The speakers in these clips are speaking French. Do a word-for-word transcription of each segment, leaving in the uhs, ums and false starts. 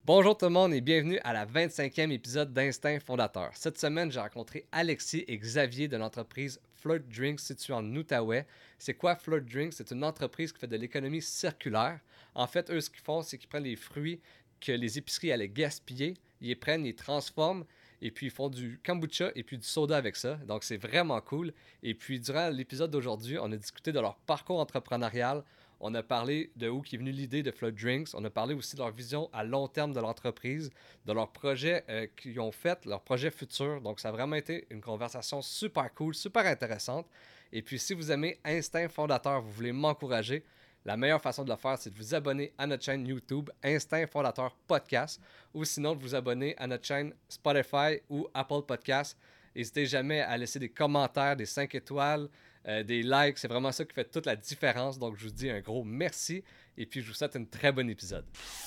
Bonjour tout le monde et bienvenue à la vingt-cinquième épisode d'Instinct Fondateur. Cette semaine, j'ai rencontré Alexis et Xavier de l'entreprise Flirt Drinks située en Outaouais. C'est quoi Flirt Drinks? C'est une entreprise qui fait de l'économie circulaire. En fait, eux, ce qu'ils font, c'est qu'ils prennent les fruits que les épiceries allaient gaspiller, ils les prennent, ils les transforment et puis ils font du kombucha et puis du soda avec ça. Donc, c'est vraiment cool. Et puis, durant l'épisode d'aujourd'hui, on a discuté de leur parcours entrepreneurial. On a parlé de où est venue l'idée de Flood Drinks. On a parlé aussi de leur vision à long terme de l'entreprise, de leurs projets euh, qu'ils ont fait, leurs projets futurs. Donc, ça a vraiment été une conversation super cool, super intéressante. Et puis, si vous aimez Instinct Fondateur, vous voulez m'encourager, la meilleure façon de le faire, c'est de vous abonner à notre chaîne YouTube Instinct Fondateur Podcast ou sinon de vous abonner à notre chaîne Spotify ou Apple Podcast. N'hésitez jamais à laisser des commentaires, des cinq étoiles, euh, des likes. C'est vraiment ça qui fait toute la différence. Donc, je vous dis un gros merci et puis je vous souhaite un très bon épisode.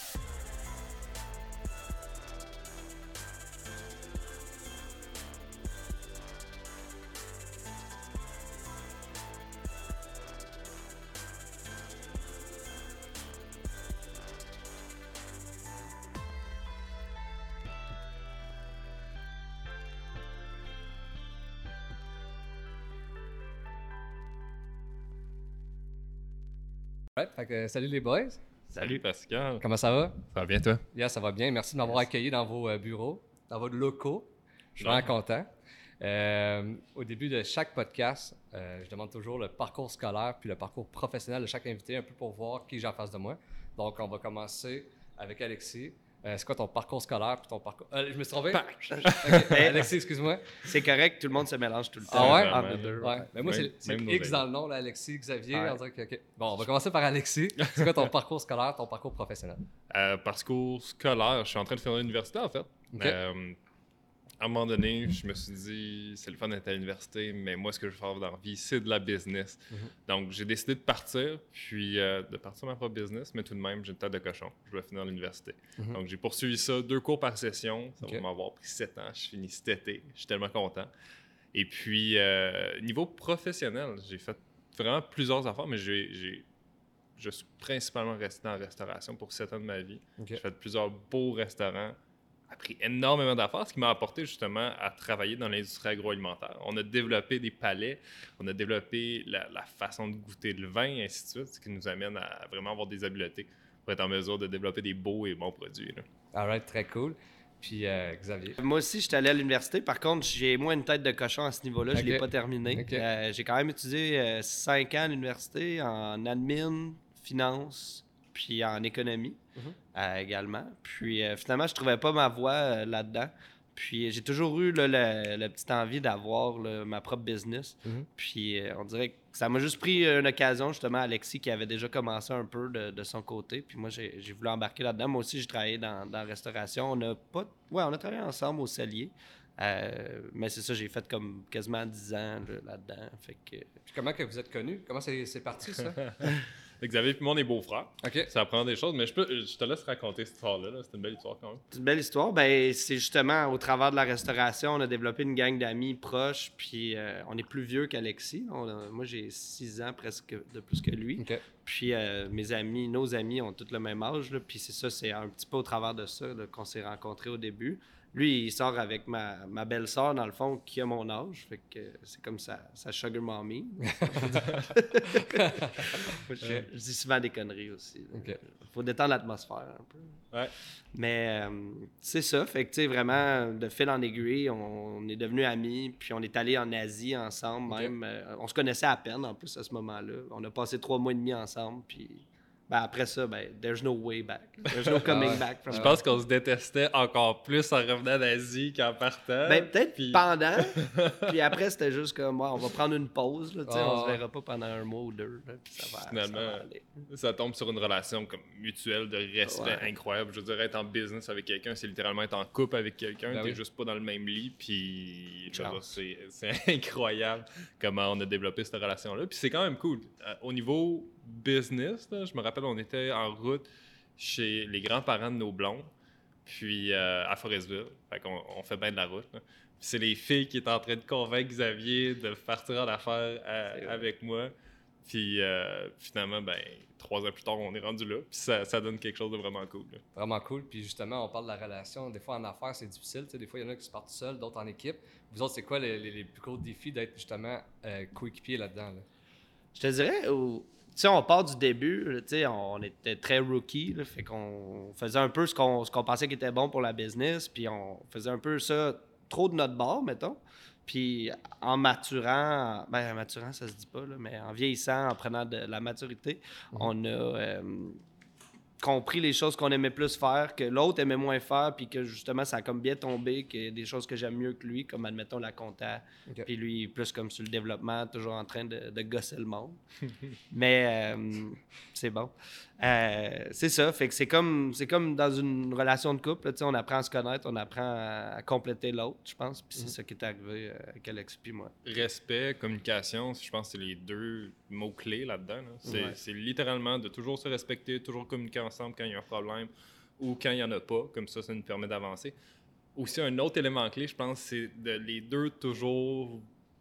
Ouais, fait que, salut les boys. Salut Pascal. Comment ça va? Ça va bien toi? Yeah, ça va bien. Merci de m'avoir Yes. accueilli dans vos euh, bureaux, dans vos locaux. Je suis Ouais. vraiment content. Euh, au début de chaque podcast, euh, je demande toujours le parcours scolaire puis le parcours professionnel de chaque invité, un peu pour voir qui j'ai en face de moi. Donc, on va commencer avec Alexis. Euh, c'est quoi ton parcours scolaire puis ton parcours... Euh, je me suis trompé? Ok, Alexis, excuse-moi. C'est correct, tout le monde se mélange tout le temps. Ah ouais? Entre Vraiment, les deux. Ouais. Mais moi, Même- c'est, c'est même nos X amis. dans le nom, là, Alexis, Xavier. Ouais. On dirait que, ok. Bon, on va commencer par Alexis. C'est quoi ton parcours scolaire, ton parcours professionnel? Euh, parcours scolaire, je suis en train de faire l'université en fait. Ok. Euh, à un moment donné, je me suis dit, c'est le fun d'être à l'université, mais moi, ce que je veux faire dans la vie, c'est de la business. Mhm. Donc, j'ai décidé de partir, puis euh, de partir ma propre business, mais tout de même, j'ai une tête de cochon. Je dois finir l'université. Mhm. Donc, j'ai poursuivi ça, deux cours par session. Ça Ok. va m'avoir pris sept ans. Je finis cet été. Je suis tellement content. Et puis, euh, niveau professionnel, j'ai fait vraiment plusieurs affaires, mais j'ai, j'ai, je suis principalement resté dans la restauration pour sept ans de ma vie. Ok. J'ai fait plusieurs beaux restaurants, appris énormément d'affaires, ce qui m'a apporté justement à travailler dans l'industrie agroalimentaire. On a développé des palais, on a développé la, la façon de goûter le vin, et ainsi de suite, ce qui nous amène à vraiment avoir des habiletés pour être en mesure de développer des beaux et bons produits, là. All right, très cool. Puis euh, Xavier. Moi aussi, je suis allé à l'université. Par contre, j'ai moins une tête de cochon à ce niveau-là. Je Ok. ne l'ai pas terminé. Ok. Euh, j'ai quand même étudié cinq ans à l'université en admin, finance, puis en économie Mhm. euh, également. Puis euh, finalement, je trouvais pas ma voie euh, là-dedans. Puis j'ai toujours eu là, la, la petite envie d'avoir là, ma propre business. Mhm. Puis euh, on dirait que ça m'a juste pris une occasion, justement, Alexis qui avait déjà commencé un peu de, de son côté. Puis moi, j'ai, j'ai voulu embarquer là-dedans. Moi aussi, j'ai travaillé dans, dans la restauration. On a pas... Ouais, on a travaillé ensemble au cellier. Euh, mais c'est ça, j'ai fait comme quasiment dix ans là, là-dedans. Fait que... Puis comment que vous êtes connus? Comment c'est, c'est parti, ça? Xavier et moi, on est beaux-frères. OK. Ça apprend des choses, mais je, peux, je te laisse raconter cette histoire-là. Là. C'est une belle histoire quand même. C'est une belle histoire. Ben, c'est justement au travers de la restauration, on a développé une gang d'amis proches. Puis euh, on est plus vieux qu'Alexis. On a- moi, j'ai six ans presque de plus que lui. OK. Puis euh, mes amis, nos amis ont tous le même âge. Là, puis c'est ça, c'est un petit peu au travers de ça là, qu'on s'est rencontrés au début. Lui, il sort avec ma, ma belle-sœur, dans le fond, qui a mon âge. Fait que c'est comme sa, sa sugar mommy. je, je dis souvent des conneries aussi. là. OK. Faut détendre l'atmosphère un peu. Ouais. Mais euh, c'est ça. Fait que, tu sais, vraiment, de fil en aiguille, on, on est devenus amis. Puis on est allés en Asie ensemble, Ok. même. Euh, on se connaissait à peine, en plus, à ce moment-là. On a passé trois mois et demi ensemble. Puis ben, après ça, ben, there's no way back. There's no coming Ah ouais. back from Je that. pense qu'on se détestait encore plus en revenant d'Asie qu'en partant. Ben, peut-être Puis- pendant. Puis après, c'était juste comme, ouais, on va prendre une pause. Là, tu sais, Ah on se ouais. verra pas pendant un mois ou deux. Là, puis ça va, Finalement, ça va aller. Ça tombe sur une relation comme mutuelle de respect Ouais. incroyable. Je veux dire, être en business avec quelqu'un, c'est littéralement être en couple avec quelqu'un. Ben T'es oui. juste pas dans le même lit. Puis je veux dire, Chance. c'est, c'est incroyable comment on a développé cette relation-là. Puis c'est quand même cool. Euh, au niveau business, là, je me rappelle, on était en route chez les grands-parents de nos blondes, puis euh, à Forestville. Fait qu'on on fait bien de la route, là. Puis c'est les filles qui étaient en train de convaincre Xavier de partir en affaires à- C'est vrai. avec moi. Puis euh, finalement, ben, trois ans plus tard, on est rendu là. Puis ça, ça donne quelque chose de vraiment cool. Là. Vraiment cool. Puis justement, on parle de la relation. Des fois, en affaires, c'est difficile. Tu sais, des fois, il y en a qui se partent seuls, d'autres en équipe. Vous autres, c'est quoi les, les, les plus gros défis d'être justement euh, coéquipier là-dedans? Là? Je te dirais, tu sais, on part du début, tu sais, on était très rookie, là, fait qu'on faisait un peu ce qu'on, ce qu'on pensait qui était bon pour la business, puis on faisait un peu ça trop de notre bord, mettons. Puis en maturant, ben en maturant, ça se dit pas, là, mais en vieillissant, en prenant de la maturité, mm-hmm. on a euh, compris les choses qu'on aimait plus faire, que l'autre aimait moins faire, puis que justement, ça a comme bien tombé, que des choses que j'aime mieux que lui, comme admettons la compta, okay. Puis lui, plus comme sur le développement, toujours en train de, de gosser le monde. Mais euh, c'est bon. Euh, c'est ça, fait que c'est comme, c'est comme dans une relation de couple, là, on apprend à se connaître, on apprend à, à compléter l'autre, je pense, puis c'est mm-hmm. ça qui est arrivé avec Alexis puis moi. Respect, communication, je pense que c'est les deux mots-clés là-dedans. Là. C'est, ouais. c'est littéralement de toujours se respecter, toujours communiquer ensemble quand il y a un problème ou quand il n'y en a pas, comme ça, ça nous permet d'avancer. Aussi, un autre élément clé, je pense, c'est de les deux toujours,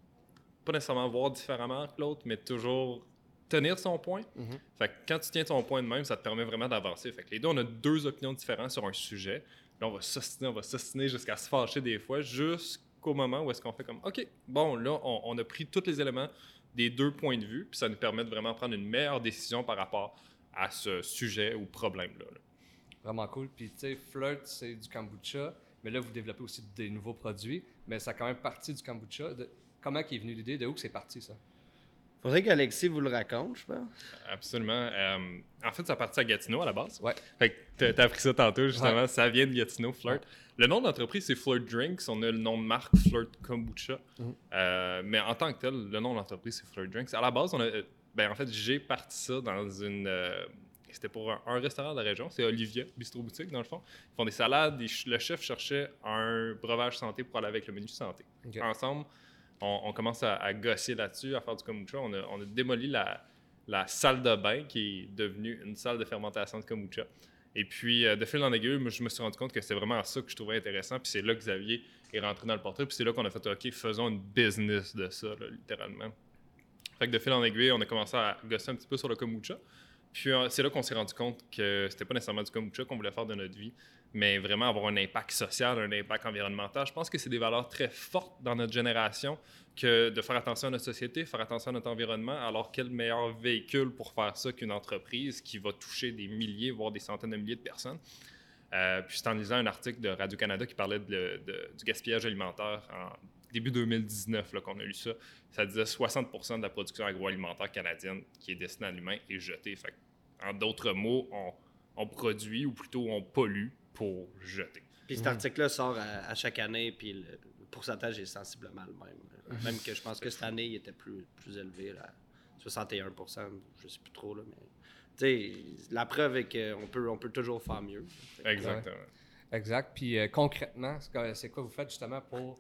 pas nécessairement voir différemment que l'autre, mais toujours tenir son point. Mm-hmm. Fait que quand tu tiens ton point de même, ça te permet vraiment d'avancer. Fait que les deux, on a deux opinions différentes sur un sujet. Là, on va s'ostiner, on va s'ostiner jusqu'à se fâcher des fois, jusqu'au moment où est-ce qu'on fait comme, OK, bon, là, on, on a pris tous les éléments des deux points de vue, puis ça nous permet de vraiment prendre une meilleure décision par rapport à ce sujet ou problème-là. Là. Vraiment cool. Puis, tu sais, Flirt, c'est du kombucha, mais là, vous développez aussi des nouveaux produits, mais ça a quand même parti du kombucha. De... Comment est venue l'idée? De où que c'est parti, ça? Faudrait qu'Alexis vous le raconte, je pense. Absolument. Euh, en fait, ça partit à Gatineau à la base. Ouais. Fait que t'as, t'as appris ça tantôt, justement. Ouais. Ça vient de Gatineau, Flirt. Ouais. Le nom de l'entreprise, c'est Flirt Drinks. On a le nom de marque Flirt Kombucha. Mm-hmm. Euh, mais en tant que tel, le nom de l'entreprise, c'est Flirt Drinks. À la base, on a, ben, en fait, j'ai parti ça dans une... Euh, c'était pour un, un restaurant de la région. C'est Olivia, Bistro Boutique, dans le fond. Ils font des salades. Des, le chef cherchait un breuvage santé pour aller avec le menu santé. Okay. Ensemble, On, on commence à, à gosser là-dessus, à faire du kombucha. On a, on a démoli la, la salle de bain qui est devenue une salle de fermentation de kombucha. Et puis, euh, de fil en aiguille, moi, je me suis rendu compte que c'était vraiment ça que je trouvais intéressant. Puis c'est là que Xavier est rentré dans le portrait. Puis c'est là qu'on a fait, OK, faisons une business de ça, là, littéralement. Fait que de fil en aiguille, on a commencé à gosser un petit peu sur le kombucha. Puis euh, c'est là qu'on s'est rendu compte que c'était pas nécessairement du kombucha qu'on voulait faire de notre vie, mais vraiment avoir un impact social, un impact environnemental. Je pense que c'est des valeurs très fortes dans notre génération que de faire attention à notre société, faire attention à notre environnement. Alors, quel meilleur véhicule pour faire ça qu'une entreprise qui va toucher des milliers, voire des centaines de milliers de personnes? Euh, puis, c'est en lisant un article de Radio-Canada qui parlait de, de, du gaspillage alimentaire en début deux mille dix-neuf là, qu'on a lu ça. Ça disait soixante pour cent de la production agroalimentaire canadienne qui est destinée à l'humain est jetée. Fait, en d'autres mots, on, on produit ou plutôt on pollue pour jeter. Puis cet article-là sort à, à chaque année, puis le, le pourcentage est sensiblement le même. Mmh. Même que je pense que cette année, il était plus, plus élevé, là, soixante et un pour cent, je ne sais plus trop, là, mais tu sais, la preuve est qu'on peut, on peut toujours faire mieux. Exactement. Ouais. Exact. Puis euh, concrètement, c'est quoi vous faites justement pour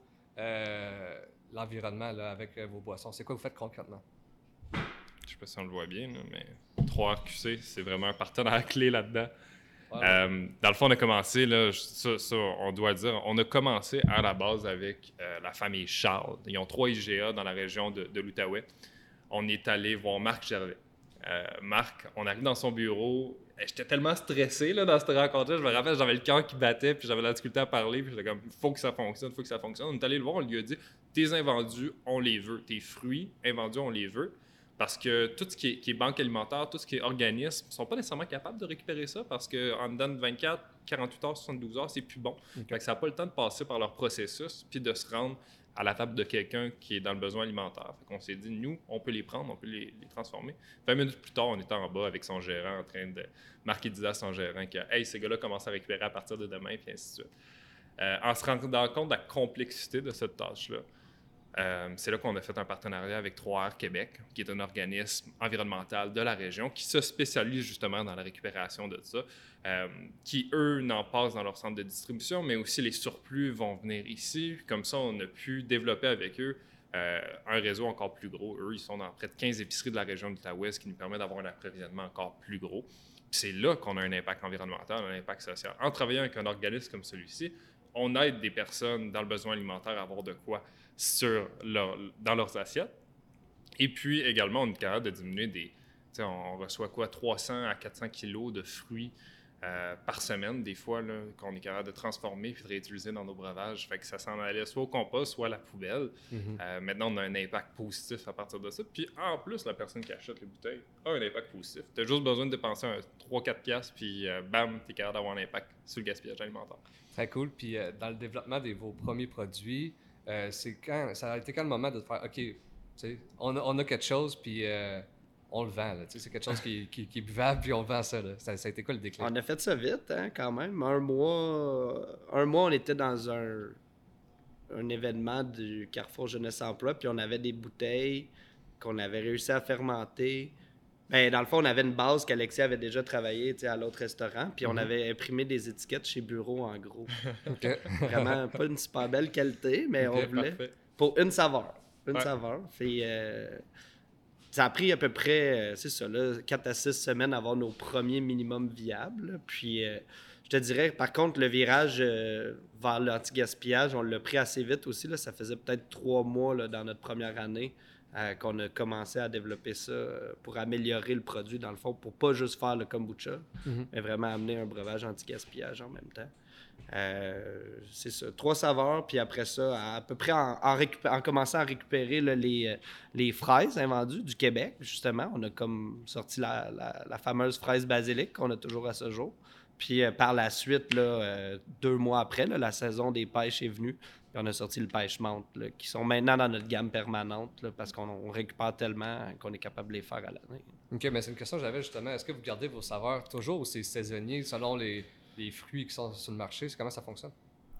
euh, l'environnement là, avec euh, vos boissons? C'est quoi vous faites concrètement? Je sais pas si on le voit bien, là, mais trois R Q C, c'est vraiment un partenaire clé là-dedans. Wow. Euh, dans le fond, on a commencé, là, ça, ça, on doit dire, on a commencé à la base avec euh, la famille Charles. Ils ont trois I G A dans la région de, de l'Outaouais. On est allé voir Marc Gervais. Euh, Marc, on arrive dans son bureau. J'étais tellement stressé là, dans cette rencontre-là. Je me rappelle, j'avais le cœur qui battait, puis j'avais la difficulté à parler. Puis j'étais comme, il faut que ça fonctionne, il faut que ça fonctionne. On est allé le voir, on lui a dit, tes invendus, on les veut. Tes fruits, invendus, on les veut. Parce que tout ce qui est, qui est banque alimentaire, tout ce qui est organisme, ne sont pas nécessairement capables de récupérer ça parce qu'en dedans de vingt-quatre, quarante-huit heures, soixante-douze heures, c'est plus bon. Okay. Fait que ça n'a pas le temps de passer par leur processus puis de se rendre à la table de quelqu'un qui est dans le besoin alimentaire. Fait qu'on s'est dit, nous, on peut les prendre, on peut les, les transformer. vingt minutes plus tard, on était en bas avec son gérant en train de... Marc disait à son gérant que « Hey, ces gars-là commencent à récupérer à partir de demain » puis ainsi de suite. Euh, en se rendant compte de la complexité de cette tâche-là, Euh, c'est là qu'on a fait un partenariat avec trois R Québec, qui est un organisme environnemental de la région qui se spécialise justement dans la récupération de ça, euh, qui, eux, n'en passent dans leur centre de distribution, mais aussi les surplus vont venir ici. Comme ça, on a pu développer avec eux euh, un réseau encore plus gros. Eux, ils sont dans près de quinze épiceries de la région de l'Outaouais, ce qui nous permet d'avoir un approvisionnement encore plus gros. Puis c'est là qu'on a un impact environnemental, un impact social. En travaillant avec un organisme comme celui-ci, on aide des personnes dans le besoin alimentaire à avoir de quoi sur leur, dans leurs assiettes. Et puis également, on est capable de diminuer des... On reçoit quoi, trois cents à quatre cents kilos de fruits euh, par semaine, des fois, là, qu'on est capable de transformer puis de réutiliser dans nos breuvages. Fait que ça s'en allait soit au compost, soit à la poubelle. Mm-hmm. Euh, maintenant, on a un impact positif à partir de ça. Puis en plus, la personne qui achète les bouteilles a un impact positif. Tu as juste besoin de dépenser un trois à quatre piastres, puis euh, bam, tu es capable d'avoir un impact sur le gaspillage alimentaire. Très cool. Puis euh, dans le développement de vos premiers produits, euh, c'est quand, ça a été quand le moment de faire, OK, on a, on a quelque chose, puis... Euh, on le vend, là. C'est quelque chose qui, qui, qui est buvable, puis on vend ça, là. Ça, ça a été quoi le déclic? On a fait ça vite, hein, quand même. Un mois, un mois, on était dans un, un événement du Carrefour Jeunesse Emploi, puis on avait des bouteilles qu'on avait réussi à fermenter. Ben, dans le fond, on avait une base qu'Alexis avait déjà travaillé à l'autre restaurant, puis mm-hmm. on avait imprimé des étiquettes chez Bureau, en gros. Okay. Vraiment pas une super belle qualité, mais okay, on voulait parfait. Pour une saveur. Une ouais. saveur. Puis... Euh, Ça a pris à peu près, c'est ça, là, quatre à six semaines à avoir nos premiers minimums viables. Puis, euh, je te dirais, par contre, le virage euh, vers l'anti-gaspillage, on l'a pris assez vite aussi. Là. Ça faisait peut-être trois mois là, dans notre première année euh, qu'on a commencé à développer ça euh, pour améliorer le produit, dans le fond, pour pas juste faire le kombucha, mm-hmm. mais vraiment amener un breuvage anti-gaspillage en même temps. Euh, c'est ça, trois saveurs, puis après ça, à peu près en, en, récupé- en commençant à récupérer là, les, les fraises invendues du Québec, justement. On a comme sorti la, la, la fameuse fraise basilic qu'on a toujours à ce jour. Puis euh, par la suite, là, euh, deux mois après, là, la saison des pêches est venue, puis on a sorti le pêche-menthe, là, qui sont maintenant dans notre gamme permanente, là, parce qu'on on récupère tellement qu'on est capable de les faire à l'année. OK, mais c'est une question que j'avais justement. Est-ce que vous gardez vos saveurs toujours ou c'est saisonnier selon les... les fruits qui sont sur le marché, c'est comment ça fonctionne?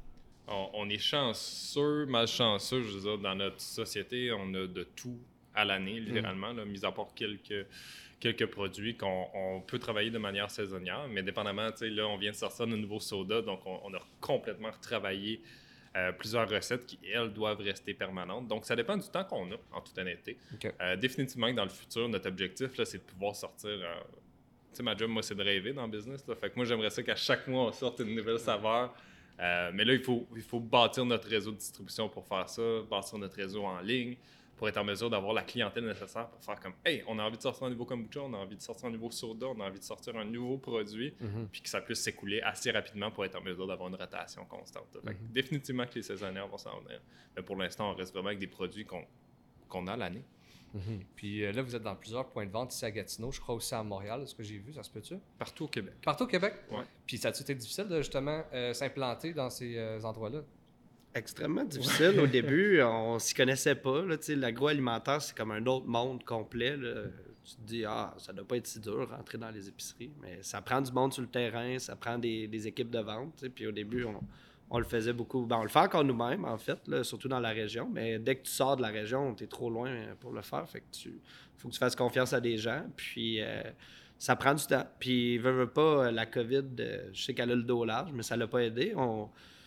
On, on est chanceux, malchanceux, je veux dire, dans notre société, on a de tout à l'année, littéralement, mm. là, mis à part quelques, quelques produits qu'on on peut travailler de manière saisonnière, mais dépendamment, tu sais, là, on vient de sortir de nouveaux sodas, donc on, on a complètement retravaillé euh, plusieurs recettes qui, elles, doivent rester permanentes. Donc, ça dépend du temps qu'on a, en toute honnêteté. Okay. Euh, définitivement que dans le futur, notre objectif, là, c'est de pouvoir sortir... Euh, Tu sais, ma job, moi, c'est de rêver dans le business. Là. Fait que moi, j'aimerais ça qu'à chaque mois, on sorte une nouvelle saveur. Euh, mais là, il faut, il faut bâtir notre réseau de distribution pour faire ça, bâtir notre réseau en ligne, pour être en mesure d'avoir la clientèle nécessaire pour faire comme « Hey, on a envie de sortir un nouveau kombucha, on a envie de sortir un nouveau soda, on a envie de sortir un nouveau produit, mm-hmm. puis que ça puisse s'écouler assez rapidement pour être en mesure d'avoir une rotation constante. » Fait que mm-hmm. définitivement que les saisonnières vont s'en venir. Mais pour l'instant, on reste vraiment avec des produits qu'on, qu'on a l'année. Mm-hmm. Puis euh, là, vous êtes dans plusieurs points de vente ici à Gatineau, je crois aussi à Montréal, ce que j'ai vu, ça se peut-tu? Partout au Québec. Partout au Québec? Oui. Puis ça a-tu été difficile de justement euh, s'implanter dans ces euh, endroits-là? Extrêmement difficile. Au début, on s'y connaissait pas. Là, l'agroalimentaire, c'est comme un autre monde complet. Là. Tu te dis, ah, ça doit pas être si dur rentrer dans les épiceries. Mais ça prend du monde sur le terrain, ça prend des, des équipes de vente. Puis au début, on... On le faisait beaucoup. Ben, on le fait encore nous-mêmes, en fait, là, surtout dans la région. Mais dès que tu sors de la région, tu es trop loin pour le faire. Fait que tu faut que tu fasses confiance à des gens. Puis euh, ça prend du temps. Puis, veux, veux pas, la COVID, euh, je sais qu'elle a le dos large, mais ça l'a pas aidé. On,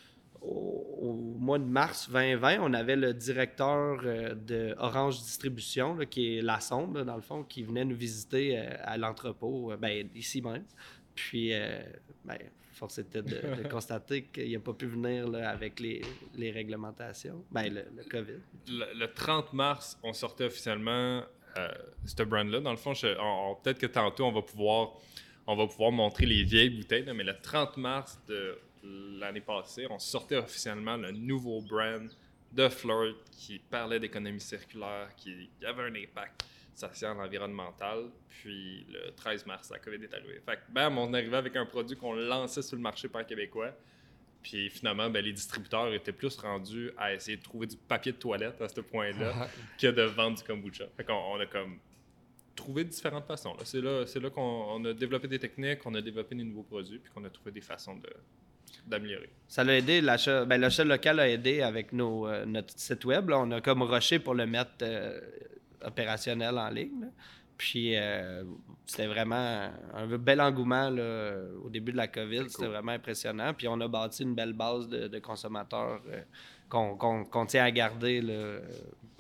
au, au mois de mars vingt vingt, on avait le directeur euh, de Orange Distribution, là, qui est la sonde, là, dans le fond, qui venait nous visiter euh, à l'entrepôt, euh, ben, ici même. Puis, euh, ben, force était de, de constater qu'il n'a pas pu venir là, avec les, les réglementations. Ben, le, le COVID. Le, le trente mars, on sortait officiellement euh, ce brand-là. Dans le fond, je, on, on, peut-être que tantôt, on va pouvoir, on va pouvoir montrer les vieilles bouteilles, là, mais le trente mars de l'année passée, on sortait officiellement le nouveau brand de Flirt qui parlait d'économie circulaire, qui, qui avait un impact social, environnemental. Puis le treize mars, la COVID est arrivée. Fait que, bam, on arrivait avec un produit qu'on lançait sur le marché par québécois. Puis finalement, ben, les distributeurs étaient plus rendus à essayer de trouver du papier de toilette à ce point-là que de vendre du kombucha. Fait qu'on on a comme trouvé différentes façons. Là. C'est là, c'est là qu'on on a développé des techniques, on a développé des nouveaux produits, puis qu'on a trouvé des façons de, d'améliorer. Ça l'a aidé, l'achat, ben, l'achat local a aidé avec nos, euh, notre site web. Là. On a comme rushé pour le mettre euh, opérationnel en ligne. Là. Puis euh, c'était vraiment un bel engouement là, au début de la COVID. C'est c'était cool. Vraiment impressionnant. Puis on a bâti une belle base de, de consommateurs euh, qu'on, qu'on, qu'on tient à garder là,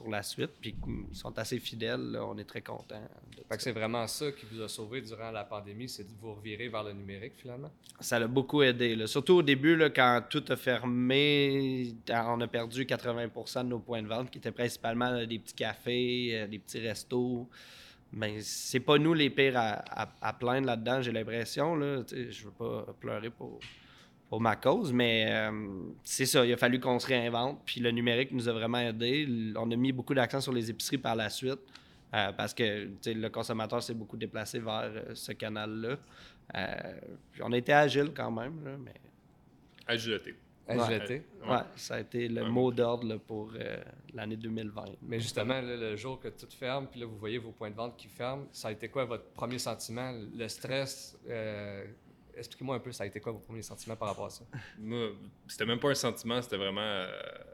pour la suite. Puis ils sont assez fidèles, là, on est très contents. Fait que c'est vraiment ça qui vous a sauvé durant la pandémie, c'est de vous revirer vers le numérique finalement? Ça l'a beaucoup aidé. Là. Surtout au début, là, quand tout a fermé, on a perdu quatre-vingts pour cent de nos points de vente, qui étaient principalement là, des petits cafés, euh, des petits restos. Mais c'est pas nous les pires à, à, à plaindre là-dedans, j'ai l'impression. Là. Je veux pas pleurer pour, pour ma cause, mais euh, c'est ça. Il a fallu qu'on se réinvente. Puis le numérique nous a vraiment aidé. On a mis beaucoup d'accent sur les épiceries par la suite. Euh, parce que le consommateur s'est beaucoup déplacé vers euh, ce canal-là. Euh, puis on a été agile quand même, là, mais... Agilité. Agilité. Ouais, ouais, ça a été le Ouais. mot d'ordre là, pour euh, l'année deux mille vingt. Mais justement, là, le jour que tout ferme, puis là, vous voyez vos points de vente qui ferment, ça a été quoi votre premier sentiment? Le stress? Euh, expliquez-moi un peu, ça a été quoi vos premiers sentiments par rapport à ça? Moi, c'était même pas un sentiment, c'était vraiment... euh,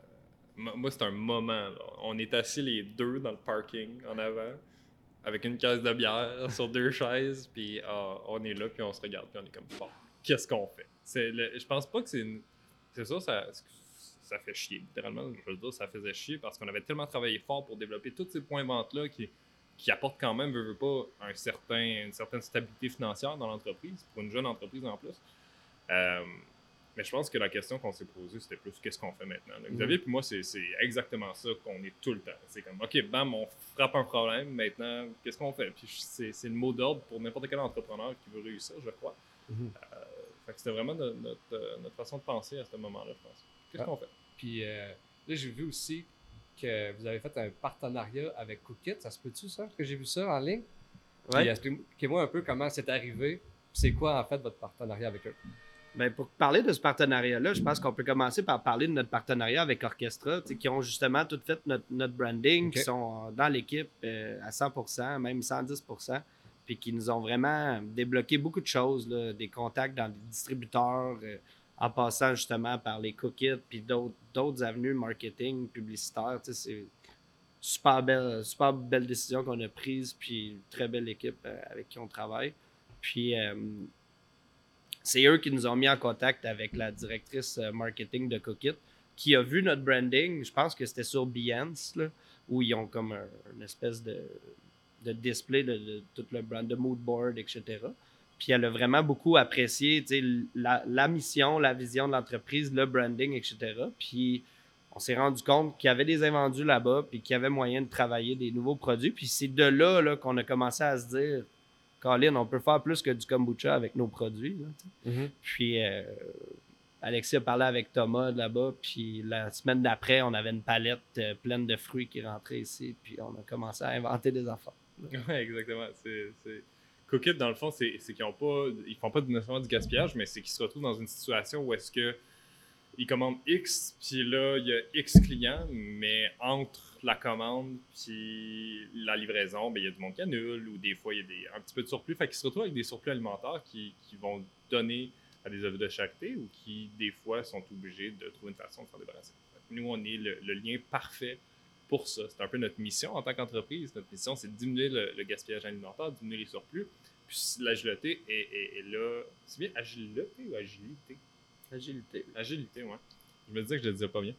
Moi, c'était un moment. Là. On est assis les deux dans le parking en avant, avec une caisse de bière sur deux chaises, puis ah, on est là, puis on se regarde, puis on est comme, bon, qu'est-ce qu'on fait? C'est le... Je pense pas que c'est une... C'est ça, ça, ça fait chier, littéralement. Je veux dire, ça faisait chier parce qu'on avait tellement travaillé fort pour développer tous ces points de vente-là qui, qui apportent quand même, veux, veux pas, un certain, une certaine stabilité financière dans l'entreprise, pour une jeune entreprise en plus. Euh, mais je pense que la question qu'on s'est posée, c'était plus qu'est-ce qu'on fait maintenant. Là. Xavier puis moi, c'est, c'est exactement ça qu'on est tout le temps. C'est comme, OK, bam, on frappe un problème, maintenant, qu'est-ce qu'on fait? Puis c'est, c'est le mot d'ordre pour n'importe quel entrepreneur qui veut réussir, je crois. Mm-hmm. Euh, fait que c'était vraiment de, notre, euh, notre façon de penser à ce moment-là, je pense. Qu'est-ce Ah. qu'on fait? Puis euh, là, j'ai vu aussi que vous avez fait un partenariat avec Cookit. Ça se peut-tu, ça? Que j'ai vu ça en ligne? Ouais. Puis expliquez-moi un peu comment c'est arrivé. C'est quoi, en fait, votre partenariat avec eux? Ben, pour parler de ce partenariat-là, je pense qu'on peut commencer par parler de notre partenariat avec Orchestra, qui ont justement tout fait notre, notre branding, Okay. qui sont dans l'équipe euh, à cent pour cent, même cent dix pour cent, puis qui nous ont vraiment débloqué beaucoup de choses, là, des contacts dans des distributeurs, euh, en passant justement par les Cookit, puis d'autres, d'autres avenues marketing, publicitaire. C'est super belle, super belle décision qu'on a prise, puis très belle équipe euh, avec qui on travaille. Puis... Euh, c'est eux qui nous ont mis en contact avec la directrice marketing de Cookit, qui a vu notre branding. Je pense que c'était sur Behance, là, où ils ont comme un, une espèce de, de display de, de tout le brand, de mood board, et cetera. Puis elle a vraiment beaucoup apprécié la, la mission, la vision de l'entreprise, le branding, et cetera. Puis on s'est rendu compte qu'il y avait des invendus là-bas, puis qu'il y avait moyen de travailler des nouveaux produits. Puis c'est de là, là qu'on a commencé à se dire... Colin, on peut faire plus que du kombucha avec nos produits. Là, mm-hmm. Puis, euh, Alexis a parlé avec Thomas là-bas, puis la semaine d'après, on avait une palette euh, pleine de fruits qui rentraient ici, puis on a commencé à inventer des affaires. Oui, exactement. C'est, c'est... Cookit, dans le fond, c'est, c'est qu'ils ont pas, ils font pas nécessairement du gaspillage, mais c'est qu'ils se retrouvent dans une situation où est-ce que ils commandent X, puis là, il y a X clients, mais entre la commande puis la livraison, ben, il y a du monde qui annule, ou des fois, il y a des, un petit peu de surplus. Fait qu'ils se retrouvent avec des surplus alimentaires qui, qui vont donner à des œuvres de charité ou qui, des fois, sont obligés de trouver une façon de s'en débarrasser. Nous, on est le, le lien parfait pour ça. C'est un peu notre mission en tant qu'entreprise. Notre mission, c'est de diminuer le, le gaspillage alimentaire, diminuer les surplus. Puis l'agilité est, est, est là. C'est bien agilité ou agilité? Agilité. Agilité, ouais. Je me disais que je le disais pas bien.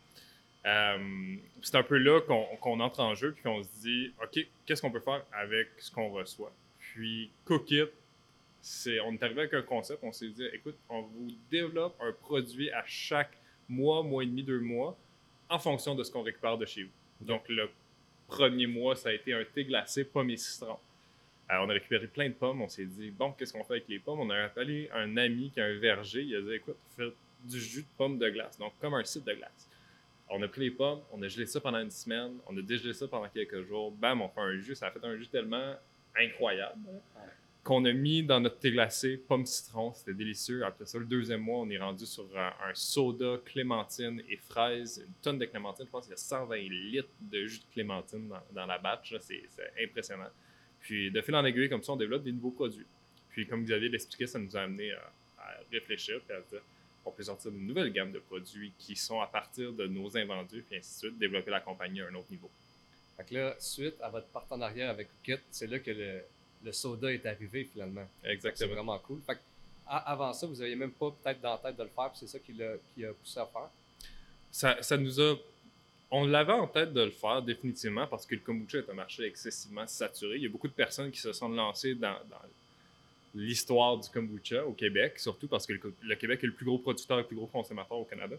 Euh, c'est un peu là qu'on, qu'on entre en jeu puis qu'on se dit, OK, qu'est-ce qu'on peut faire avec ce qu'on reçoit? Puis Cookit, c'est, on est arrivé avec un concept, on s'est dit, écoute, on vous développe un produit à chaque mois, mois et demi, deux mois, en fonction de ce qu'on récupère de chez vous. Donc, le premier mois, ça a été un thé glacé, pommes et citron. Alors, on a récupéré plein de pommes. On s'est dit, bon, qu'est-ce qu'on fait avec les pommes? On a appelé un ami qui a un verger. Il a dit, écoute, faites du jus de pommes de glace. Donc, comme un site de glace. Alors, on a pris les pommes, on a gelé ça pendant une semaine, on a dégelé ça pendant quelques jours. Bam, on fait un jus. Ça a fait un jus tellement incroyable ouais. qu'on a mis dans notre thé glacé pommes citron. C'était délicieux. Après ça, le deuxième mois, on est rendu sur un, un soda, clémentine et fraises. Une tonne de clémentine. Je pense qu'il y a cent vingt litres de jus de clémentine dans, dans la batch. Là, c'est, c'est impressionnant. Puis, de fil en aiguille, comme ça, on développe des nouveaux produits. Puis, comme Xavier l'expliquait, ça nous a amené à, à réfléchir et à se dire on peut sortir une nouvelle gamme de produits qui sont à partir de nos invendus, puis ainsi de suite, développer la compagnie à un autre niveau. Fait que là, suite à votre partenariat avec Cookit, c'est là que le, le soda est arrivé finalement. Exactement. C'est vraiment cool. Fait que, à, avant ça, vous n'aviez même pas peut-être dans la tête de le faire, puis c'est ça qui l'a, qui a poussé à faire? Ça, ça nous a On l'avait en tête de le faire définitivement parce que le kombucha est un marché excessivement saturé. Il y a beaucoup de personnes qui se sont lancées dans, dans l'histoire du kombucha au Québec, surtout parce que le, le Québec est le plus gros producteur et le plus gros consommateur au Canada.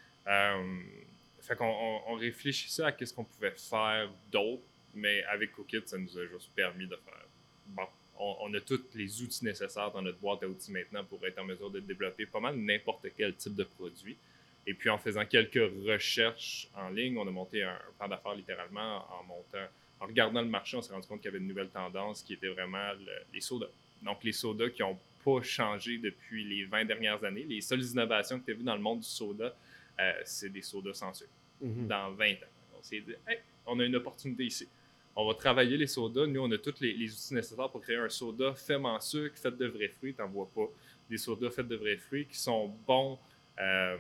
Euh, fait qu'on on, on réfléchissait à qu'est-ce qu'on pouvait faire d'autre, mais avec Cookit, ça nous a juste permis de faire. Bon, on, on a tous les outils nécessaires dans notre boîte à outils maintenant pour être en mesure de développer pas mal n'importe quel type de produit. Et puis en faisant quelques recherches en ligne, on a monté un, un plan d'affaires littéralement en montant, en regardant le marché, on s'est rendu compte qu'il y avait une nouvelle tendance qui était vraiment le, les sodas. Donc les sodas qui n'ont pas changé depuis les vingt dernières années. Les seules innovations que tu as vues dans le monde du soda, euh, c'est des sodas sans sucre. Mm-hmm. Dans vingt ans. On s'est dit, hey, on a une opportunité ici. On va travailler les sodas. Nous, on a tous les, les outils nécessaires pour créer un soda fait en sucre, fait de vrais fruits. Tu n'en vois pas. Des sodas faits de vrais fruits qui sont bons. Euh,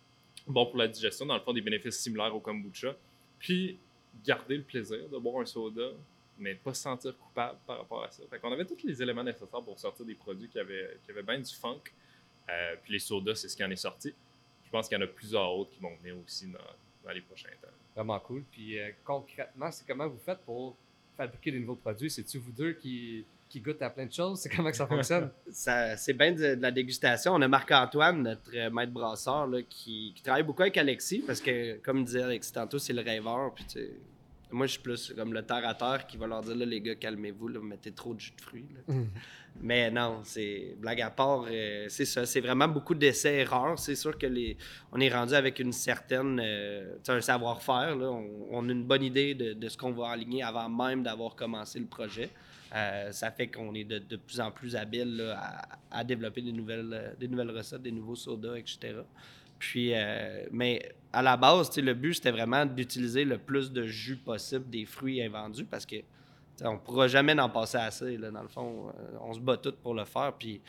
bon pour la digestion, dans le fond, des bénéfices similaires au kombucha. Puis, garder le plaisir de boire un soda, mais pas se sentir coupable par rapport à ça. Fait qu'on avait tous les éléments nécessaires pour sortir des produits qui avaient, qui avaient bien du funk. Euh, puis les sodas, c'est ce qui en est sorti. Je pense qu'il y en a plusieurs autres qui vont venir aussi dans, dans les prochains temps. Vraiment cool. Puis, euh, concrètement, c'est comment vous faites pour fabriquer des nouveaux produits? C'est-tu vous deux qui... qui goûte à plein de choses? C'est comment que ça fonctionne? ça, c'est bien de, de la dégustation. On a Marc-Antoine, notre euh, maître brasseur, là, qui, qui travaille beaucoup avec Alexis parce que, comme disait Alexis tantôt, c'est le rêveur. Puis, moi, je suis plus comme le terre à terre qui va leur dire, là, les gars, calmez-vous, là, vous mettez trop de jus de fruits. Là, mm. Mais non, c'est blague à part, euh, c'est ça. C'est vraiment beaucoup d'essais-erreurs. C'est sûr que les, on est rendu avec une certaine, euh, un savoir-faire. Là. On, on a une bonne idée de, de ce qu'on va aligner avant même d'avoir commencé le projet. Euh, ça fait qu'on est de, de plus en plus habile là, à, à développer des nouvelles, euh, des nouvelles recettes, des nouveaux sodas, et cetera. Puis, euh, mais à la base, le but, c'était vraiment d'utiliser le plus de jus possible des fruits invendus parce que on ne pourra jamais en passer assez. Là, dans le fond, euh, on se bat tous pour le faire. Puis,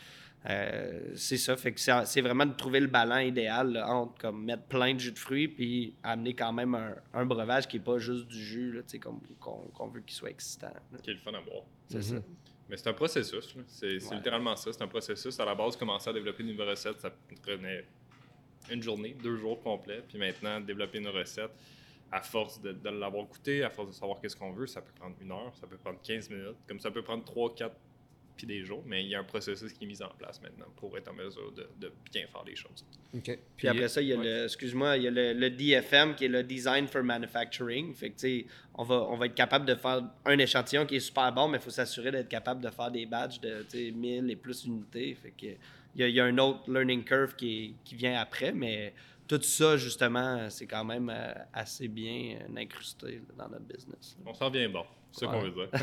euh, c'est ça. Fait que c'est, c'est vraiment de trouver le ballon idéal là, entre comme, mettre plein de jus de fruits puis amener quand même un, un breuvage qui n'est pas juste du jus, là, comme, qu'on, qu'on veut qu'il soit excitant. Là. Qui est le fun à boire. C'est mm-hmm. ça. Mais c'est un processus. Là. C'est, c'est ouais. littéralement ça. C'est un processus. À la base, commencer à développer une nouvelle recette, ça prenait une journée, deux jours complets. Puis maintenant, développer une recette, à force de, de l'avoir goûté, à force de savoir qu'est-ce qu'on veut, ça peut prendre une heure, ça peut prendre quinze minutes, comme ça peut prendre trois, quatre, puis des jours. Mais il y a un processus qui est mis en place maintenant pour être en mesure de, de bien faire les choses. Okay. Puis, puis après ça, il y a ouais. le, excuse-moi, il y a le, le D F M qui est le Design for Manufacturing. Fait que tu sais, on va, on va être capable de faire un échantillon qui est super bon, mais il faut s'assurer d'être capable de faire des badges de mille et plus unités. Fait que il y a, il y a un autre learning curve qui, qui vient après, mais tout ça, justement, c'est quand même euh, assez bien euh, incrusté là, dans notre business. On s'en vient bon, c'est ouais. ça qu'on veut dire.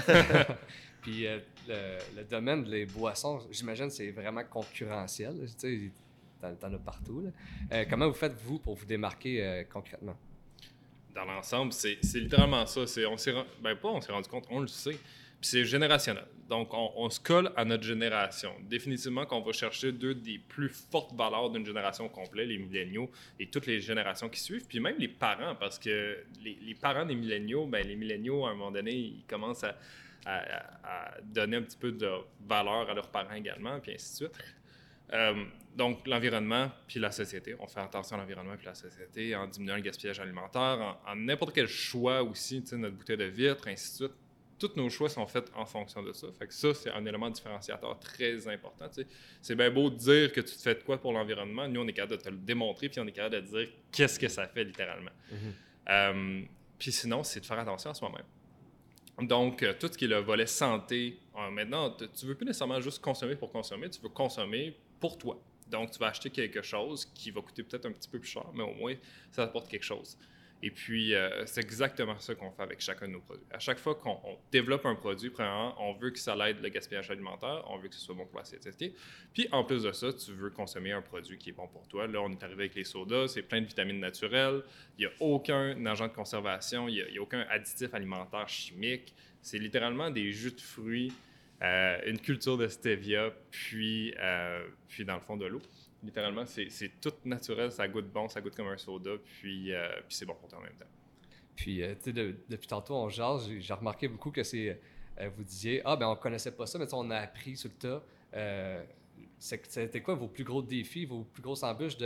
Puis euh, le, le domaine des boissons, j'imagine, c'est vraiment concurrentiel. Tu sais, t'en, t'en as partout. Là. Euh, comment vous faites, vous, pour vous démarquer euh, concrètement? Dans l'ensemble, c'est, c'est littéralement ça. C'est, on s'est, ben pas on s'est rendu compte, on le sait. Puis c'est générationnel. Donc, on, on se colle à notre génération. Définitivement qu'on va chercher deux des plus fortes valeurs d'une génération complète, les milléniaux et toutes les générations qui suivent, puis même les parents, parce que les, les parents des milléniaux, ben les milléniaux, à un moment donné, ils commencent à, à, à donner un petit peu de valeur à leurs parents également, puis ainsi de suite. Euh, donc, l'environnement puis la société. On fait attention à l'environnement puis la société en diminuant le gaspillage alimentaire, en, en n'importe quel choix aussi, tu sais, notre bouteille de vitre, ainsi de suite. Tous nos choix sont faits en fonction de ça. Fait que ça, c'est un élément différenciateur très important. Tu sais. C'est bien beau de dire que tu te fais de quoi pour l'environnement. Nous, on est capable de te le démontrer, puis on est capable de dire qu'est-ce que ça fait littéralement. Mm-hmm. Euh, puis sinon, c'est de faire attention à soi-même. Donc, euh, tout ce qui est le volet santé, euh, maintenant, t- tu ne veux plus nécessairement juste consommer pour consommer, tu veux consommer pour toi. Donc, tu vas acheter quelque chose qui va coûter peut-être un petit peu plus cher, mais au moins, ça apporte quelque chose. Et puis, euh, c'est exactement ça qu'on fait avec chacun de nos produits. À chaque fois qu'on on développe un produit, premièrement, on veut que ça aide le gaspillage alimentaire, on veut que ce soit bon pour la société. Puis, en plus de ça, tu veux consommer un produit qui est bon pour toi. Là, on est arrivé avec les sodas, c'est plein de vitamines naturelles. Il n'y a aucun agent de conservation, il n'y a, a aucun additif alimentaire chimique. C'est littéralement des jus de fruits, euh, une culture de stevia, puis, euh, puis dans le fond, de l'eau. Littéralement, c'est, c'est tout naturel, ça goûte bon, ça goûte comme un soda, puis, euh, puis c'est bon pour toi en même temps. Puis, euh, tu sais, de, depuis tantôt, on jase, j'ai, j'ai remarqué beaucoup que c'est, euh, vous disiez, ah, ben on connaissait pas ça, mais on a appris sur le tas. Euh, c'est, c'était quoi vos plus gros défis, vos plus grosses embûches de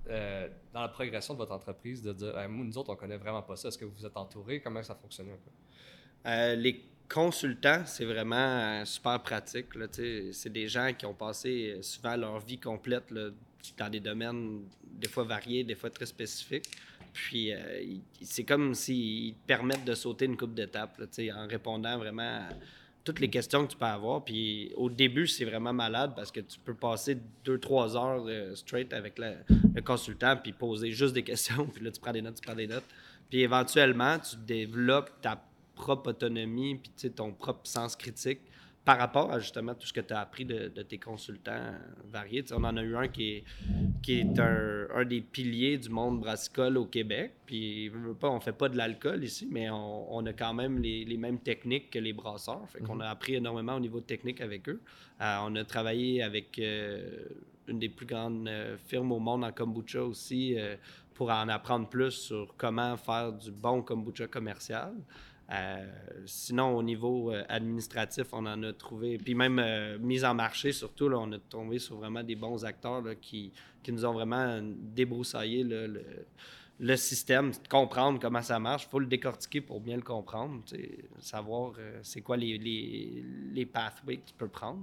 euh, dans la progression de votre entreprise, de dire hey, nous autres, on connaît vraiment pas ça. Est-ce que vous êtes entouré? Comment ça fonctionne un peu? Euh, les consultants, c'est vraiment euh, super pratique. Là, c'est des gens qui ont passé euh, souvent leur vie complète là, dans des domaines des fois variés, des fois très spécifiques. Puis euh, ils- c'est comme s'ils te permettent de sauter une coupe d'étapes là, en répondant vraiment à toutes les questions que tu peux avoir. Puis au début, c'est vraiment malade parce que tu peux passer deux, trois heures euh, straight avec le, le consultant puis poser juste des questions. Puis là, tu prends des notes, tu prends des notes. Puis éventuellement, tu développes ta propre autonomie puis tu sais, ton propre sens critique par rapport à justement tout ce que tu as appris de, de tes consultants variés. Tu sais, on en a eu un qui est, qui est un, un des piliers du monde brassicole au Québec. Puis veut, veut pas, on fait pas de l'alcool ici, mais on, on a quand même les, les mêmes techniques que les brasseurs. Fait qu'on a appris énormément au niveau de technique avec eux. Euh, on a travaillé avec euh, une des plus grandes euh, firmes au monde en kombucha aussi euh, pour en apprendre plus sur comment faire du bon kombucha commercial. Euh, sinon, au niveau euh, administratif, on en a trouvé. Puis même euh, mise en marché, surtout, là, on a tombé sur vraiment des bons acteurs là, qui, qui nous ont vraiment débroussaillé là, le, le système, comprendre comment ça marche. Il faut le décortiquer pour bien le comprendre, savoir euh, c'est quoi les, les, les pathways que tu peux prendre.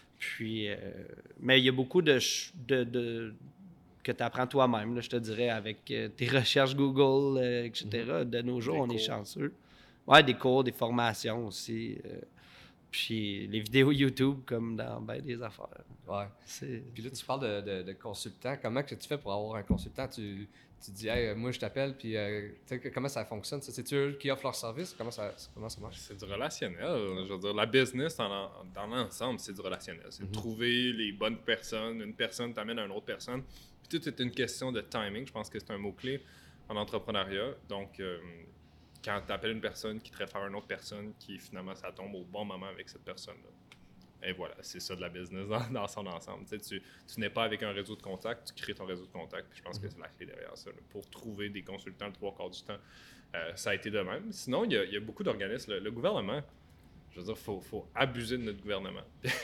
Puis, euh, mais il y a beaucoup de, de, de que tu apprends toi-même, là, je te dirais, avec euh, tes recherches Google, euh, et cetera. De nos jours, Des on cours. est chanceux. Ouais, des cours, des formations aussi. Euh, puis les vidéos YouTube, comme dans ben des affaires. Ouais. C'est, Puis là, tu parles de, de, de consultant. Comment que tu fais pour avoir un consultant? Tu, tu dis, hey, moi, je t'appelle, puis euh, comment ça fonctionne? C'est-tu eux qui offrent leur service? Comment ça, comment ça marche? C'est du relationnel. Je veux dire, la business dans, dans l'ensemble, c'est du relationnel. C'est de Mhm. trouver les bonnes personnes. Une personne t'amène à une autre personne. Puis tout est une question de timing. Je pense que c'est un mot-clé en entrepreneuriat. Donc, euh, quand tu appelles une personne qui te réfère à une autre personne, qui finalement, ça tombe au bon moment avec cette personne-là. Et voilà, c'est ça de la business dans, dans son ensemble. Tu sais, tu, tu n'es pas avec un réseau de contacts, tu crées ton réseau de contacts. Puis je pense que c'est la clé derrière ça. Là. Pour trouver des consultants le trois quarts du temps, euh, ça a été de même. Sinon, il y a, il y a beaucoup d'organismes. Le, le gouvernement, je veux dire, il faut, faut abuser de notre gouvernement.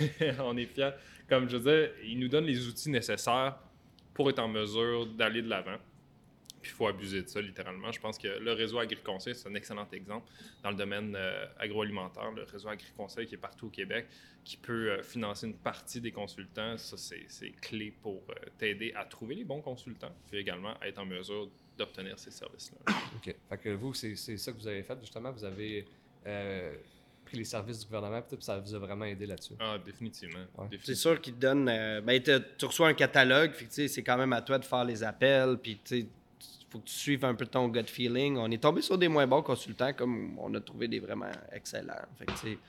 On est fiers. Comme je veux dire, il nous donne les outils nécessaires pour être en mesure d'aller de l'avant. Puis il faut abuser de ça, littéralement. Je pense que le réseau AgriConseil, c'est un excellent exemple dans le domaine euh, agroalimentaire. Le réseau AgriConseil qui est partout au Québec, qui peut euh, financer une partie des consultants. Ça, c'est, c'est clé pour euh, t'aider à trouver les bons consultants, puis également à être en mesure d'obtenir ces services-là. OK. Fait que vous, c'est, c'est ça que vous avez fait, justement. Vous avez euh, pris les services du gouvernement, puis ça vous a vraiment aidé là-dessus. Ah, définitivement. Ouais. définitivement. c'est sûr qu'ils te donnent. Euh, ben, tu reçois un catalogue, fait que, c'est quand même à toi de faire les appels, puis tu sais. Faut que tu suives un peu ton gut feeling. On est tombé sur des moins bons consultants, comme on a trouvé des vraiment excellents. Fait que,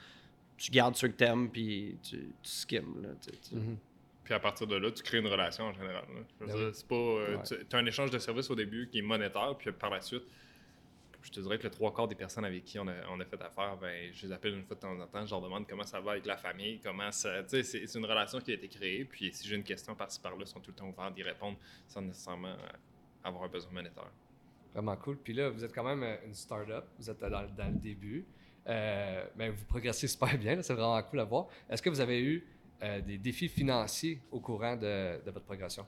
tu gardes ceux que t'aimes, puis tu, tu skims. Là, Mm-hmm. Puis à partir de là, tu crées une relation en général. Là. Je veux Ben dire, oui. c'est pas, euh, Ouais. tu as un échange de services au début qui est monétaire, puis par la suite, je te dirais que le trois quarts des personnes avec qui on a, on a fait affaire, ben, je les appelle une fois de temps en temps, je leur demande comment ça va avec la famille, comment ça. Tu sais, c'est, c'est une relation qui a été créée, puis si j'ai une question par-ci par-là, ils sont tout le temps ouverts d'y répondre sans nécessairement avoir un besoin monétaire. Vraiment cool. Puis là, vous êtes quand même une start-up. Vous êtes dans, dans le début. Euh, mais vous progressez super bien. Là, c'est vraiment cool à voir. Est-ce que vous avez eu euh, des défis financiers au courant de, de votre progression?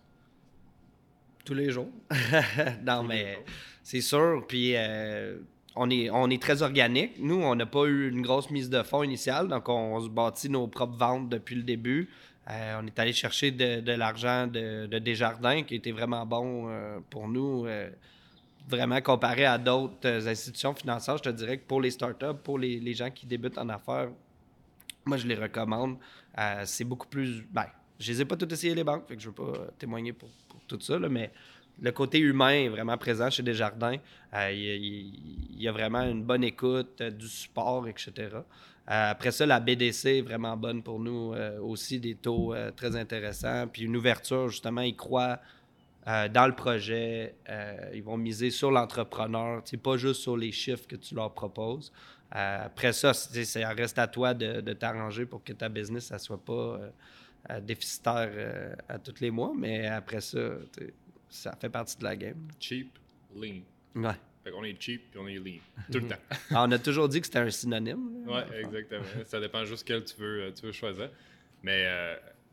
Tous les jours. non, Tous les mais jours. c'est sûr. Puis euh, on, est, on est très organique. Nous, on n'a pas eu une grosse mise de fonds initiale. Donc, on, on se bâtit nos propres ventes depuis le début. Euh, on est allé chercher de, de l'argent de, de Desjardins qui était vraiment bon euh, pour nous. Euh, vraiment comparé à d'autres institutions financières, je te dirais que pour les startups, pour les, les gens qui débutent en affaires, moi, je les recommande. Euh, c'est beaucoup plus... Ben, je les ai pas toutes essayées, les banques, fait que je veux pas témoigner pour, pour tout ça, là, mais le côté humain est vraiment présent chez Desjardins. Euh, il, il, il y a vraiment une bonne écoute, euh, du support, et cetera. Euh, après ça, la B D C est vraiment bonne pour nous euh, aussi, des taux euh, très intéressants. Puis une ouverture, justement, ils croient euh, dans le projet. Euh, ils vont miser sur l'entrepreneur, pas juste sur les chiffres que tu leur proposes. Euh, après ça, ça reste à toi de, de t'arranger pour que ta business ne soit pas euh, déficitaire euh, à tous les mois. Mais après ça, ça fait partie de la game. Cheap, lean. Ouais. Fait qu'on est cheap puis on est lean. Tout le temps. Alors, on a toujours dit que c'était un synonyme. Oui, exactement. Ça dépend juste quel tu veux, tu veux choisir. Mais euh,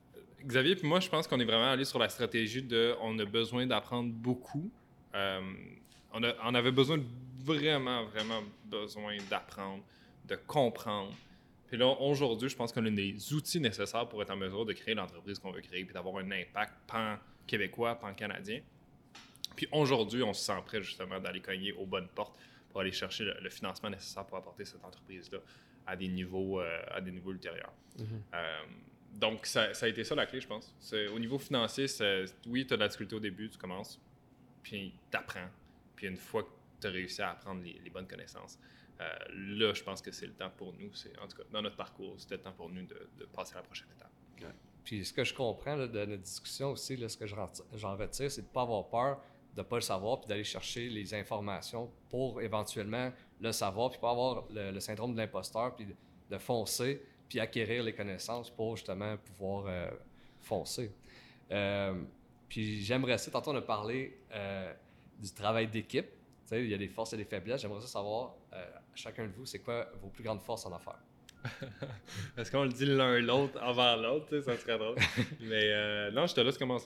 Xavier puis moi, je pense qu'on est vraiment allé sur la stratégie de on a besoin d'apprendre beaucoup. Euh, on, a, on avait besoin, de, vraiment, vraiment besoin d'apprendre, de comprendre. Puis là, aujourd'hui, je pense qu'on a les outils nécessaires pour être en mesure de créer l'entreprise qu'on veut créer puis d'avoir un impact pan-québécois, pan-canadien. Puis aujourd'hui, on se sent prêt justement d'aller cogner aux bonnes portes pour aller chercher le, le financement nécessaire pour apporter cette entreprise-là à des niveaux, euh, à des niveaux ultérieurs. Mm-hmm. Euh, donc, ça, ça a été ça la clé, je pense. C'est, au niveau financier, c'est, oui, tu as de la difficulté au début, tu commences, puis tu apprends. Puis une fois que tu as réussi à apprendre les, les bonnes connaissances, euh, là, je pense que c'est le temps pour nous. C'est, en tout cas, dans notre parcours, c'était le temps pour nous de, de passer à la prochaine étape. Ouais. Puis ce que je comprends là, de notre discussion aussi, là, ce que j'en, j'en retire, c'est de ne pas avoir peur de ne pas le savoir, puis d'aller chercher les informations pour éventuellement le savoir, puis pas avoir le, le syndrome de l'imposteur, puis de, de foncer, puis acquérir les connaissances pour justement pouvoir euh, foncer. Euh, puis j'aimerais ça, tantôt on a parlé euh, du travail d'équipe. Tu sais, il y a des forces et des faiblesses. J'aimerais ça savoir, euh, chacun de vous, c'est quoi vos plus grandes forces en affaires? Est-ce qu'on le dit l'un l'autre envers l'autre? Tu sais, ça serait drôle. Mais euh, non, je te laisse commencer.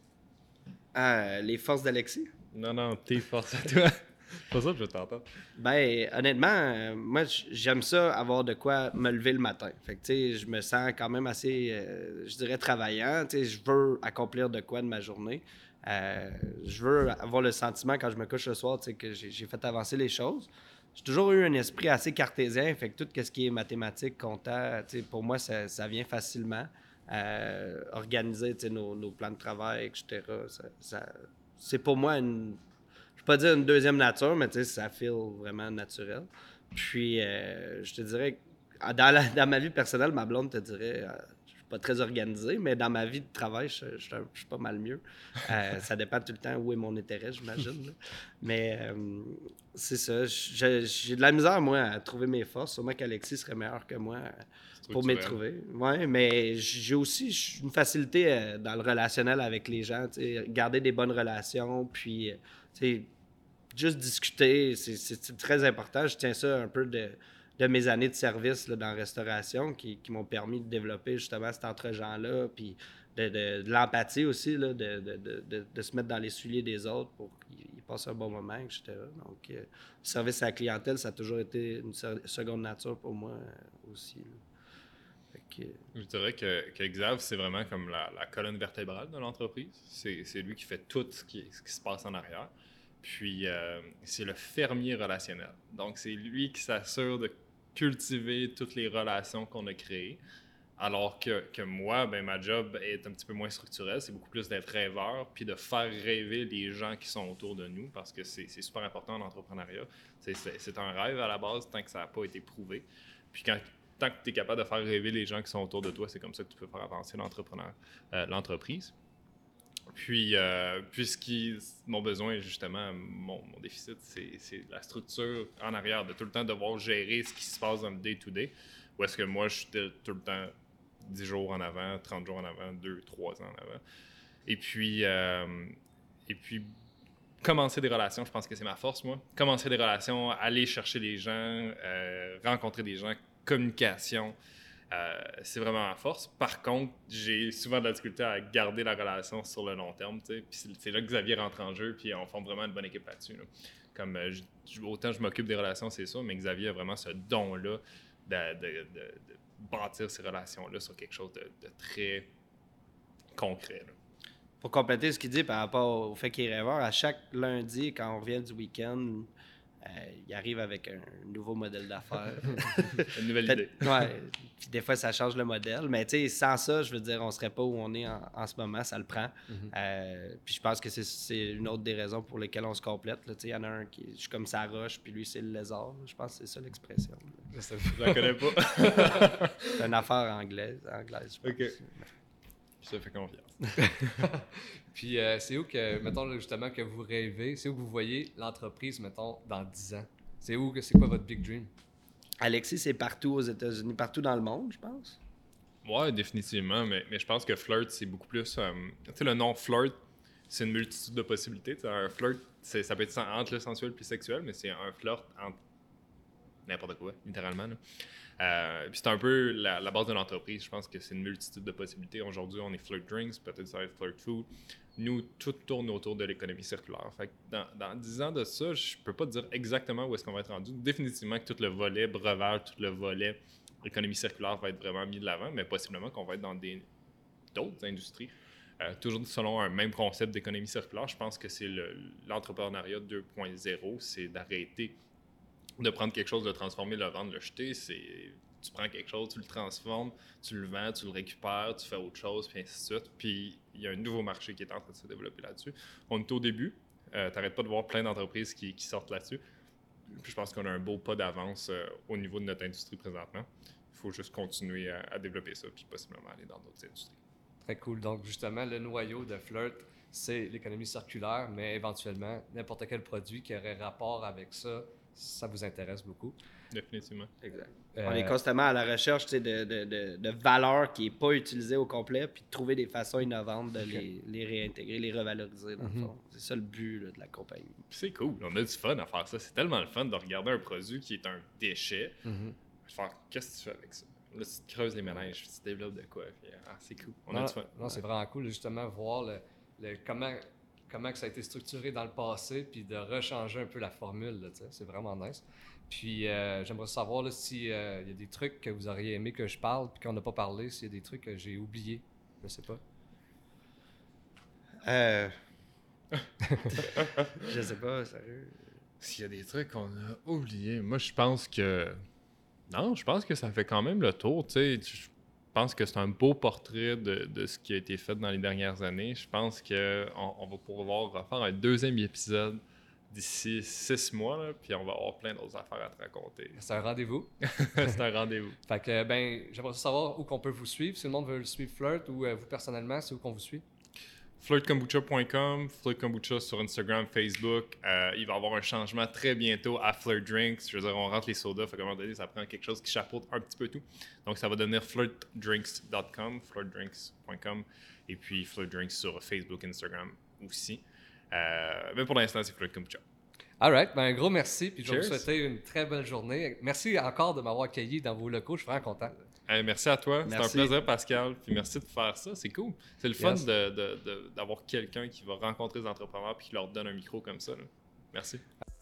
Ah, les forces d'Alexis? Non, non, tes forces à toi. C'est pas ça que je t'entends. Ben, honnêtement, euh, moi, j'aime ça, avoir de quoi me lever le matin. Fait que, tu sais, je me sens quand même assez, euh, je dirais, travaillant. Tu sais, je veux accomplir de quoi de ma journée. Euh, je veux avoir le sentiment, quand je me couche le soir, tu sais, que j'ai, j'ai fait avancer les choses. J'ai toujours eu un esprit assez cartésien. Fait que tout ce qui est mathématiques, compta, tu sais, pour moi, ça, ça vient facilement. Euh, organiser, tu sais, nos, nos plans de travail, et cetera. Ça, ça, c'est pour moi une... Je ne vais pas dire une deuxième nature, mais tu sais, ça feel vraiment naturel. Puis, euh, je te dirais que dans, la, dans ma vie personnelle, ma blonde te dirait, euh, je suis pas très organisé, mais dans ma vie de travail, je, je, je suis pas mal mieux. Euh, ça dépend tout le temps où est mon intérêt, j'imagine. Là. Mais euh, c'est ça. Je, j'ai de la misère, moi, à trouver mes forces. Sûrement qu'Alexis serait meilleur que moi pour m'y trouver. Oui, mais j'ai aussi une facilité dans le relationnel avec les gens. Garder des bonnes relations, puis juste discuter, c'est, c'est, c'est très important. Je tiens ça un peu de, de mes années de service là, dans la restauration qui, qui m'ont permis de développer justement cet entre-gens-là, puis de, de, de l'empathie aussi, là, de, de, de, de se mettre dans les souliers des autres pour qu'ils passent un bon moment, et cetera. Donc, euh, le service à la clientèle, ça a toujours été une seconde nature pour moi euh, aussi. Là. Que... Je dirais que, que Xav, c'est vraiment comme la, la colonne vertébrale de l'entreprise. C'est, c'est lui qui fait tout ce qui, ce qui se passe en arrière. Puis, euh, c'est le fermier relationnel. Donc, c'est lui qui s'assure de cultiver toutes les relations qu'on a créées. Alors que, que moi, ben, ma job est un petit peu moins structurelle. C'est beaucoup plus d'être rêveur puis de faire rêver les gens qui sont autour de nous parce que c'est, c'est super important en entrepreneuriat. C'est, c'est, c'est un rêve à la base tant que ça n'a pas été prouvé. Puis, quand tant que tu es capable de faire rêver les gens qui sont autour de toi, c'est comme ça que tu peux faire avancer l'entrepreneur, euh, l'entreprise. Puis, euh, puisqu'ils, mon besoin, justement, mon, mon déficit, c'est, c'est la structure en arrière, de tout le temps devoir gérer ce qui se passe dans le day-to-day. Ou est-ce que moi, je suis tout le temps dix jours en avant, trente jours en avant, deux, trois ans en avant. Et puis, euh, et puis commencer des relations, je pense que c'est ma force, moi. Commencer des relations, aller chercher les gens, euh, rencontrer des gens, communication, euh, c'est vraiment ma force. Par contre, j'ai souvent de la difficulté à garder la relation sur le long terme. Puis c'est, c'est là que Xavier rentre en jeu, puis on forme vraiment une bonne équipe là-dessus. Là. Comme, euh, je, autant je m'occupe des relations, c'est ça, mais Xavier a vraiment ce don-là de, de, de, de bâtir ces relations-là sur quelque chose de, de très concret. Là. Pour compléter ce qu'il dit par rapport au fait qu'il est rêveur, à chaque lundi, quand on revient du week-end, Euh, il arrive avec un nouveau modèle d'affaires. Une nouvelle idée. Ouais. Puis des fois, ça change le modèle. Mais tu sais, sans ça, je veux dire, on serait pas où on est en, en ce moment. Ça le prend. Mm-hmm. Euh, puis je pense que c'est, c'est une autre des raisons pour lesquelles on se complète. Il y en a un qui je suis comme sa roche, puis lui, c'est le lézard. Là. Je pense que c'est ça l'expression. Là. Je la connais pas. C'est une affaire anglaise, anglaise je pense. OK. Je te fais confiance. Puis euh, c'est où que, mettons justement, que vous rêvez, c'est où que vous voyez l'entreprise, mettons, dans dix ans? C'est où que c'est quoi votre big dream? Alexis, c'est partout aux États-Unis, partout dans le monde, je pense. Ouais, définitivement, mais, mais je pense que flirt, c'est beaucoup plus... Euh, tu sais, le nom flirt, c'est une multitude de possibilités. T'sais, un flirt, c'est, ça peut être entre le sensuel puis sexuel, mais c'est un flirt entre n'importe quoi, littéralement. Là. Euh, puis c'est un peu la, la base de l'entreprise. Je pense que c'est une multitude de possibilités. Aujourd'hui, on est Flirt Drinks, peut-être ça va être Flirt Food. Nous, tout tourne autour de l'économie circulaire. Fait que dans, dans dix ans de ça, je peux pas te dire exactement où est-ce qu'on va être rendu. Définitivement que tout le volet breuvage, tout le volet économie circulaire va être vraiment mis de l'avant, mais possiblement qu'on va être dans des, d'autres industries. Euh, toujours selon un même concept d'économie circulaire, je pense que c'est le, l'entrepreneuriat deux point zéro, c'est d'arrêter de prendre quelque chose, de le transformer, le vendre, le jeter. C'est, tu prends quelque chose, tu le transformes, tu le vends, tu le récupères, tu fais autre chose, puis ainsi de suite. Puis il y a un nouveau marché qui est en train de se développer là-dessus. On est au début. Euh, tu n'arrêtes pas de voir plein d'entreprises qui, qui sortent là-dessus. Puis je pense qu'on a un beau pas d'avance euh, au niveau de notre industrie présentement. Il faut juste continuer à, à développer ça, puis possiblement aller dans d'autres industries. Très cool. Donc, justement, le noyau de Flirt, c'est l'économie circulaire, mais éventuellement, n'importe quel produit qui aurait rapport avec ça, ça vous intéresse beaucoup. Définitivement. Exact. Euh, On est constamment à la recherche de, de, de, de valeurs qui n'est pas utilisée au complet, puis de trouver des façons innovantes de les, les réintégrer, les revaloriser, dans mm-hmm. le fond. C'est ça le but là, de la compagnie. Puis c'est cool. On a du fun à faire ça. C'est tellement le fun de regarder un produit qui est un déchet. Mm-hmm. Faire, qu'est-ce que tu fais avec ça? Là, tu te creuses les méninges, tu développes de quoi. Puis, ah, c'est cool. On non, a du fun. Non, c'est vraiment cool, justement, voir le, le, comment, comment que ça a été structuré dans le passé, puis de rechanger un peu la formule. Là, c'est vraiment nice. Puis, euh, j'aimerais savoir s'il euh, y a des trucs que vous auriez aimé que je parle, puis qu'on n'a pas parlé, s'il y a des trucs que j'ai oubliés. Je sais pas. Euh... je sais pas, sérieux. S'il y a des trucs qu'on a oubliés, moi, je pense que... Non, je pense que ça fait quand même le tour, tu sais. Je pense que c'est un beau portrait de, de ce qui a été fait dans les dernières années. Je pense qu'on on va pouvoir refaire un deuxième épisode d'ici six mois, là, puis on va avoir plein d'autres affaires à te raconter. C'est un rendez-vous. C'est un rendez-vous. Fait que, ben, j'aimerais savoir où qu'on peut vous suivre. Si le monde veut suivre Flirt ou euh, vous personnellement, c'est où qu'on vous suit? flirt kombucha point com, Flirt Kombucha sur Instagram, Facebook. Euh, il va y avoir un changement très bientôt à Flirt Drinks. Je veux dire, on rentre les sodas, fait qu'à un moment donné, ça prend quelque chose qui chapeaute un petit peu tout. Donc, ça va devenir flirt drinks point com, flirt drinks point com, et puis Flirt Drinks sur Facebook, Instagram aussi. Euh, mais pour l'instant, c'est Flirt Kombucha. All right. Ben, un gros merci. Puis je vais Cheers. vous souhaiter une très belle journée. Merci encore de m'avoir accueilli dans vos locaux. Je suis vraiment content. Hey, merci à toi. C'est un Merci. plaisir, Pascal. Puis merci de faire ça. C'est cool. C'est le fun Yes. de, de, de, d'avoir quelqu'un qui va rencontrer des entrepreneurs et qui leur donne un micro comme ça. Là. Merci.